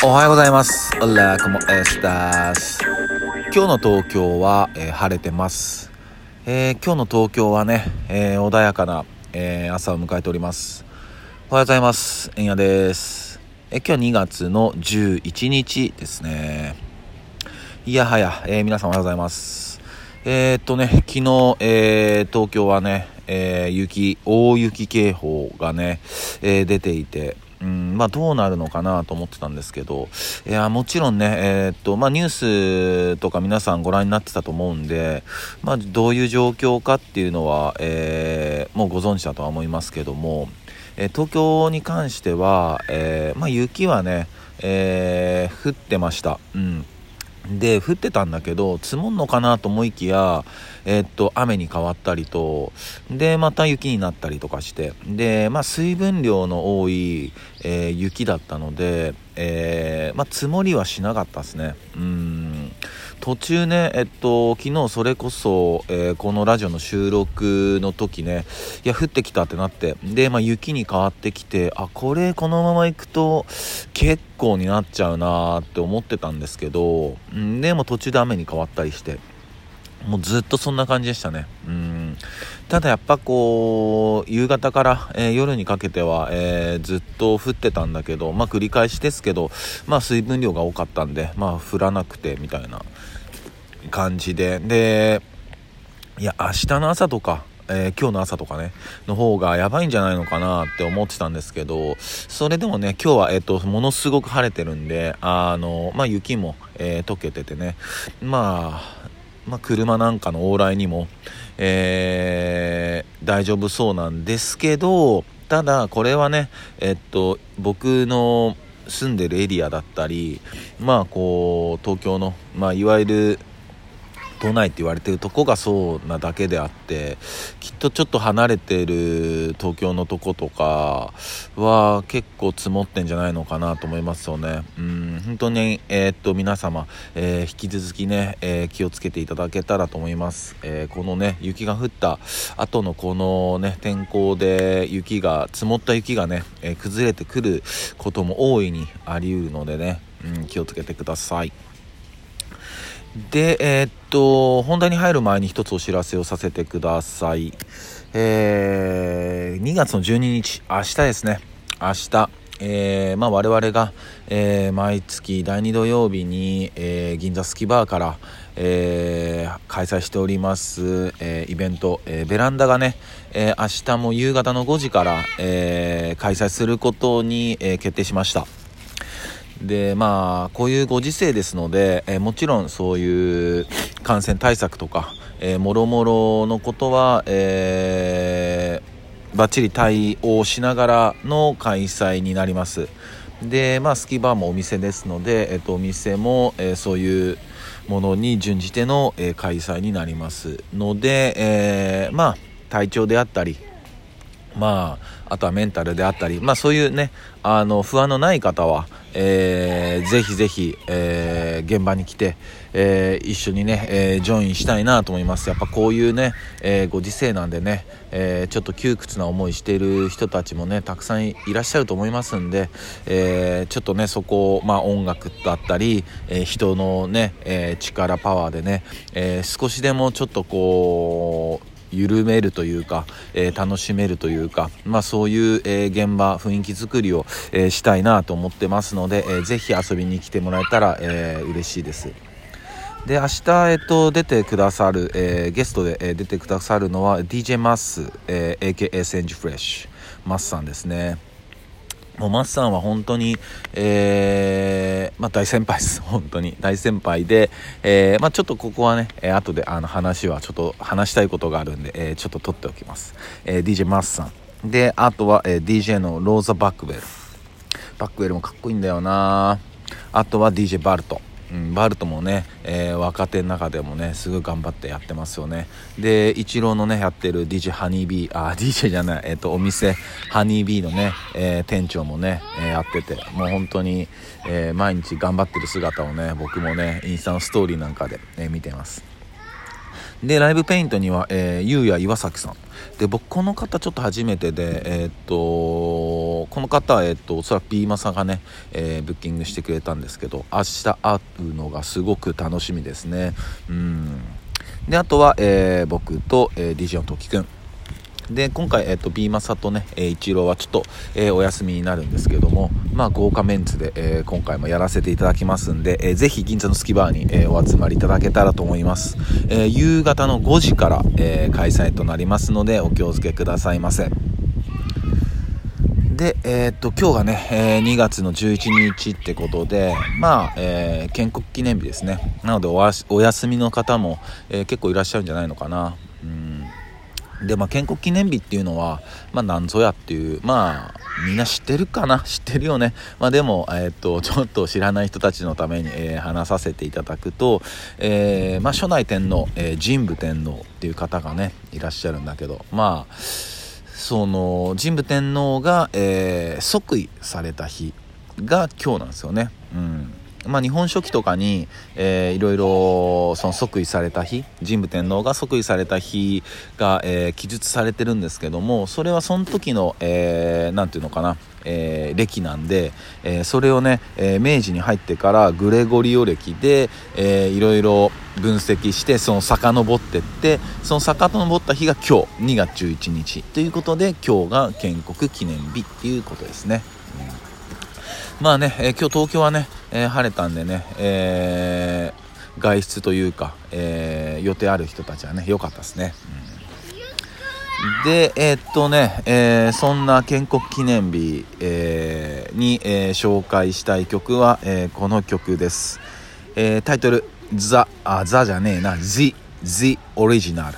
おはようございます。Hola, ¿cómo estás? 今日の東京は、晴れてます。今日の東京はね、穏やかな、朝を迎えております。おはようございます。えんやです。今日は2月の11日ですね。いやはや、皆さんおはようございます。昨日、東京はね、大雪警報がね、出ていて、どうなるのかなと思ってたんですけど、もちろんね、ニュースとか皆さんご覧になってたと思うんで、どういう状況かっていうのは、もうご存知だとは思いますけども、東京に関しては、雪はね、降ってました。で降ってたんだけど積もんのかなと思いきや、雨に変わったりとでまた雪になったりとかしてで、水分量の多い、雪だったので、積もりはしなかったですね。途中ね、昨日それこそ、このラジオの収録の時ね、いや降ってきたってなってで、雪に変わってきてこのまま行くと結構になっちゃうなーって思ってたんですけど、でも途中で雨に変わったりしてもうずっとそんな感じでしたね。ただやっぱこう夕方から、夜にかけては、ずっと降ってたんだけど繰り返しですけど水分量が多かったんで降らなくてみたいな感じでいや明日の朝とか今日の朝とかねの方がやばいんじゃないのかなって思ってたんですけど、それでもね今日はものすごく晴れてるんで雪も、溶けててね車なんかの往来にも、大丈夫そうなんですけど、ただこれはね僕の住んでるエリアだったり東京のいわゆる都内って言われてるとこがそうなだけであってきっとちょっと離れてる東京のとことかは結構積もってんじゃないのかなと思いますよね。本当に皆様、引き続きね、気をつけていただけたらと思います。このね雪が降った後のこのね天候で積もった雪がね、崩れてくることも大いにあり得るのでね、気をつけてください。で、本題に入る前に一つお知らせをさせてください。2月の12日、明日ですね。明日、我々が、毎月第2土曜日に、銀座スキバーから、開催しております、イベント、ベランダがね、明日も夕方の5時から、開催することに、決定しました。でこういうご時世ですので、もちろんそういう感染対策とか、もろもろのことは、バッチリ対応しながらの開催になります。でスキバーもお店ですので、お店も、そういうものに準じての、開催になりますので、体調であったりあとはメンタルであったりそういうね不安のない方は、ぜひぜひ、現場に来て、一緒にね、ジョインしたいなと思います。やっぱこういうね、ご時世なんでね、ちょっと窮屈な思いしている人たちもねたくさんいらっしゃると思いますんで、ちょっとねそこを音楽だったり、人のね、力パワーでね、少しでもちょっとこう緩めるというか、楽しめるというかそういう、現場雰囲気作りを、したいなと思ってますので、ぜひ遊びに来てもらえたら、嬉しいです。で明日、出てくださる、ゲストで、出てくださるのは DJ マッス、AKA センジフレッシュマッさんですね。もうマッさんは本当に、大先輩です。本当に大先輩で、ちょっとここはね、後で話はちょっと話したいことがあるんで、ちょっと取っておきます。DJ マッさんで、あとは、DJ のローザ・バックウェルもかっこいいんだよな。あとは DJ バルト、バルトもね、若手の中でもねすごい頑張ってやってますよね。でイチローのねやってる DJ ハニービーDJ じゃない、お店ハニービーのね、店長もね、やっててもう本当に、毎日頑張ってる姿をね僕もねインスタのストーリーなんかで、見てます。 でライブペイントには、ゆうや岩崎さんで、僕この方ちょっと初めてで、この方は、おそらくビーマさんがね、ブッキングしてくれたんですけど、明日会うのがすごく楽しみですね。であとは、僕と、DJ の時くんで、今回、ビーマサとね、一郎はちょっと、お休みになるんですけども、豪華メンツで、今回もやらせていただきますんで、ぜひ銀座のスキバーに、お集まりいただけたらと思います。夕方の5時から、開催となりますので、お気をつけくださいませ。で、今日がね、2月の11日ってことで、建国記念日ですね。なのでお休みの方も、結構いらっしゃるんじゃないのかな。で建国記念日っていうのは、なんぞやっていう、みんな知ってるかな、知ってるよね。でも、ちょっと知らない人たちのために、話させていただくと、初代天皇、神武天皇っていう方がねいらっしゃるんだけど、その神武天皇が、即位された日が今日なんですよね。日本書紀とかに、いろいろその即位された日、神武天皇が即位された日が、記述されてるんですけども、それはその時の、なんていうのかな、歴なんで、それをね、明治に入ってからグレゴリオ歴で、いろいろ分析して、その遡ってって、その遡った日が今日2月11日ということで、今日が建国記念日っていうことですね。今日東京はね、晴れたんでね、外出というか、予定ある人たちはね良かったですね。でそんな建国記念日、に、紹介したい曲は、この曲です。タイトルザじゃねえな The Original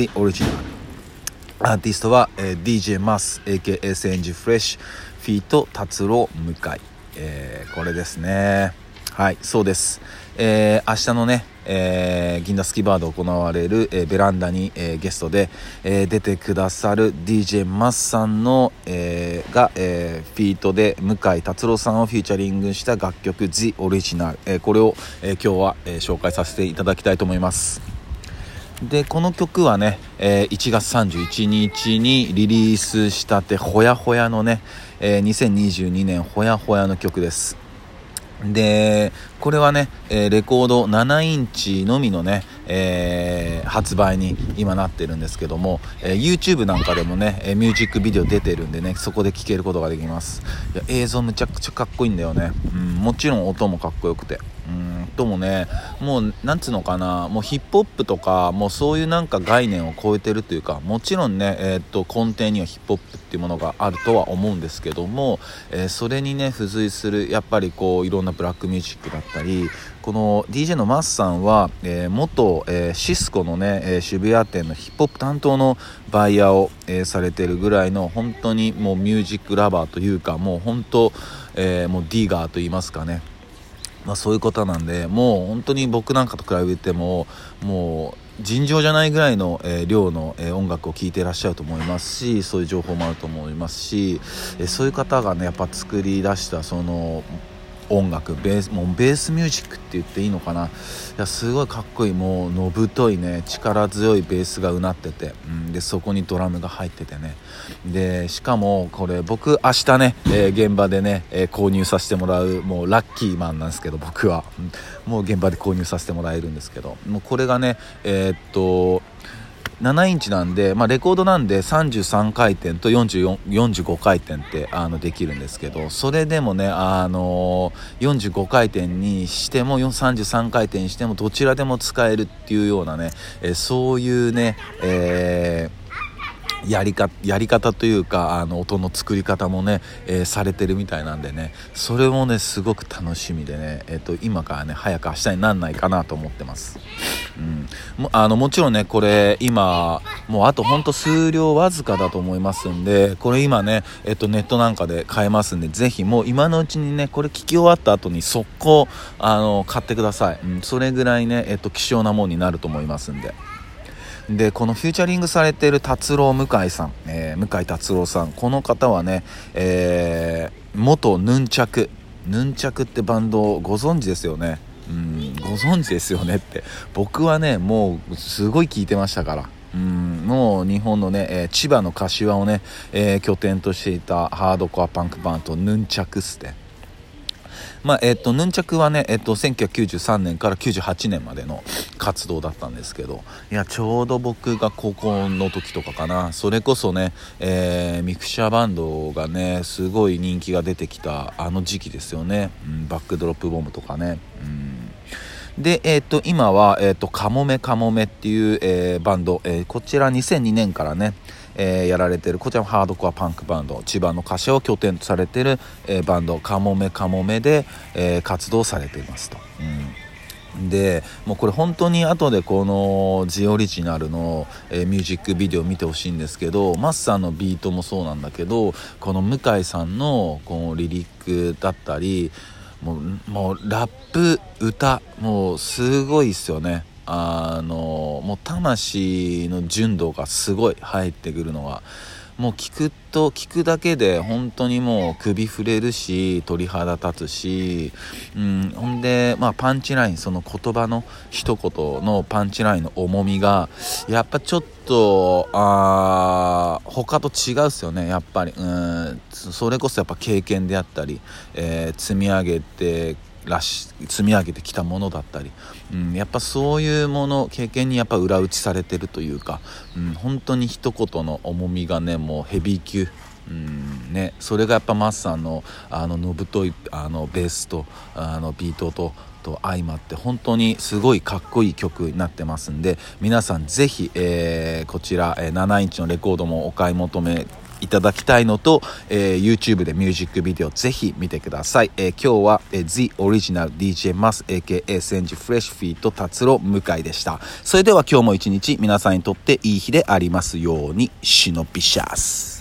アーティストは、DJ マス AKA フレッシュフィート達郎向井、これですね。はい、そうです。明日のね、銀座スキバーで行われる、ベランダに、ゲストで、出てくださる DJ マスさんの、が、フィートで向井達郎さんをフィーチャリングした楽曲 The Original、これを、今日は、紹介させていただきたいと思います。でこの曲はね、1月31日にリリースしたてほやほやのね、2022年ほやほやの曲です。でこれはね、レコード7インチのみのね、発売に今なってるんですけども、YouTube なんかでもね、ミュージックビデオ出てるんでね、そこで聴けることができます。いや映像むちゃくちゃかっこいいんだよね。もちろん音もかっこよくて、ともね、もうなんつうのかな、もうヒップホップとかもうそういうなんか概念を超えてるというか、もちろんね、根底にはヒップホップっていうものがあるとは思うんですけども、それにね付随するやっぱりこういろんなブラックミュージックだったり、この DJ のマスさんは、元、シスコのね、渋谷店のヒップホップ担当のバイヤーを、されてるぐらいの本当にもうミュージックラバーというか、もう本当、もうディガーと言いますかね、そういうことなんで、もう本当に僕なんかと比べてももう尋常じゃないぐらいの、量の、音楽を聴いていらっしゃると思いますし、そういう情報もあると思いますし、そういう方がねやっぱ作り出したその音楽、もうベースミュージックって言っていいのかな、いやすごいかっこいい、もうのぶといね力強いベースがうなってて、でそこにドラムが入っててね、でしかもこれ僕明日ね、現場でね、購入させてもらう、もうラッキーマンなんですけど、僕は、もう現場で購入させてもらえるんですけど、もうこれがね7インチなんで、レコードなんで33回転と45回転ってできるんですけど、それでもね45回転にしても33回転にしてもどちらでも使えるっていうようなね、そういうね、やり方というか音の作り方もね、されてるみたいなんでね、それもねすごく楽しみでね、今からね早く明日になんないかなと思ってます。もちろんねこれ今もうあとほんと数量わずかだと思いますんで、これ今ね、ネットなんかで買えますんで、ぜひもう今のうちにねこれ聞き終わった後に速攻買ってください。それぐらいね、希少なものになると思いますんで。でこのフューチャリングされている達郎向井さん、向井達郎さん、この方はね、元ヌンチャクってバンドをご存知ですよね。 ご存知ですよねって。僕はねもうすごい聞いてましたから。もう日本のね、千葉の柏をね、拠点としていたハードコアパンクバンドヌンチャクスで、ヌンチャクはね、1993年から98年までの活動だったんですけど、いやちょうど僕が高校の時とかかな。それこそね、ミクシャバンドがねすごい人気が出てきたあの時期ですよね。バックドロップボムとかね。で、今は、カモメカモメっていう、バンド、こちら2002年からね、やられてる、こちらもハードコアパンクバンド、千葉の柏を拠点とされてる、バンドカモメカモメで、活動されていますと。でもうこれ本当に後でこのジオリジナルの、ミュージックビデオ見てほしいんですけど、マスさんのビートもそうなんだけど、この向井さんのこのリリックだったり、もうラップ歌もうすごいっすよね。もう魂の純度がすごい入ってくるのが、もう聞くだけで本当にもう首振れるし鳥肌立つし、ほんでパンチライン、その言葉の一言のパンチラインの重みがやっぱちょっと他と違うっすよね。やっぱりそれこそやっぱ経験であったり、積み上げてきたものだったり、やっぱそういうもの経験にやっぱ裏打ちされてるというか、本当に一言の重みがねもうヘビー級、それがやっぱマスさんののぶといベースとビートと相まって本当にすごいかっこいい曲になってますんで、皆さんぜひ、こちら、7インチのレコードもお買い求めいただきたいのと、YouTube でミュージックビデオぜひ見てください。今日は、The Original DJ Mas aka センジフレッシュフィート達郎向井でした。それでは今日も一日皆さんにとっていい日でありますように。シノピシャス。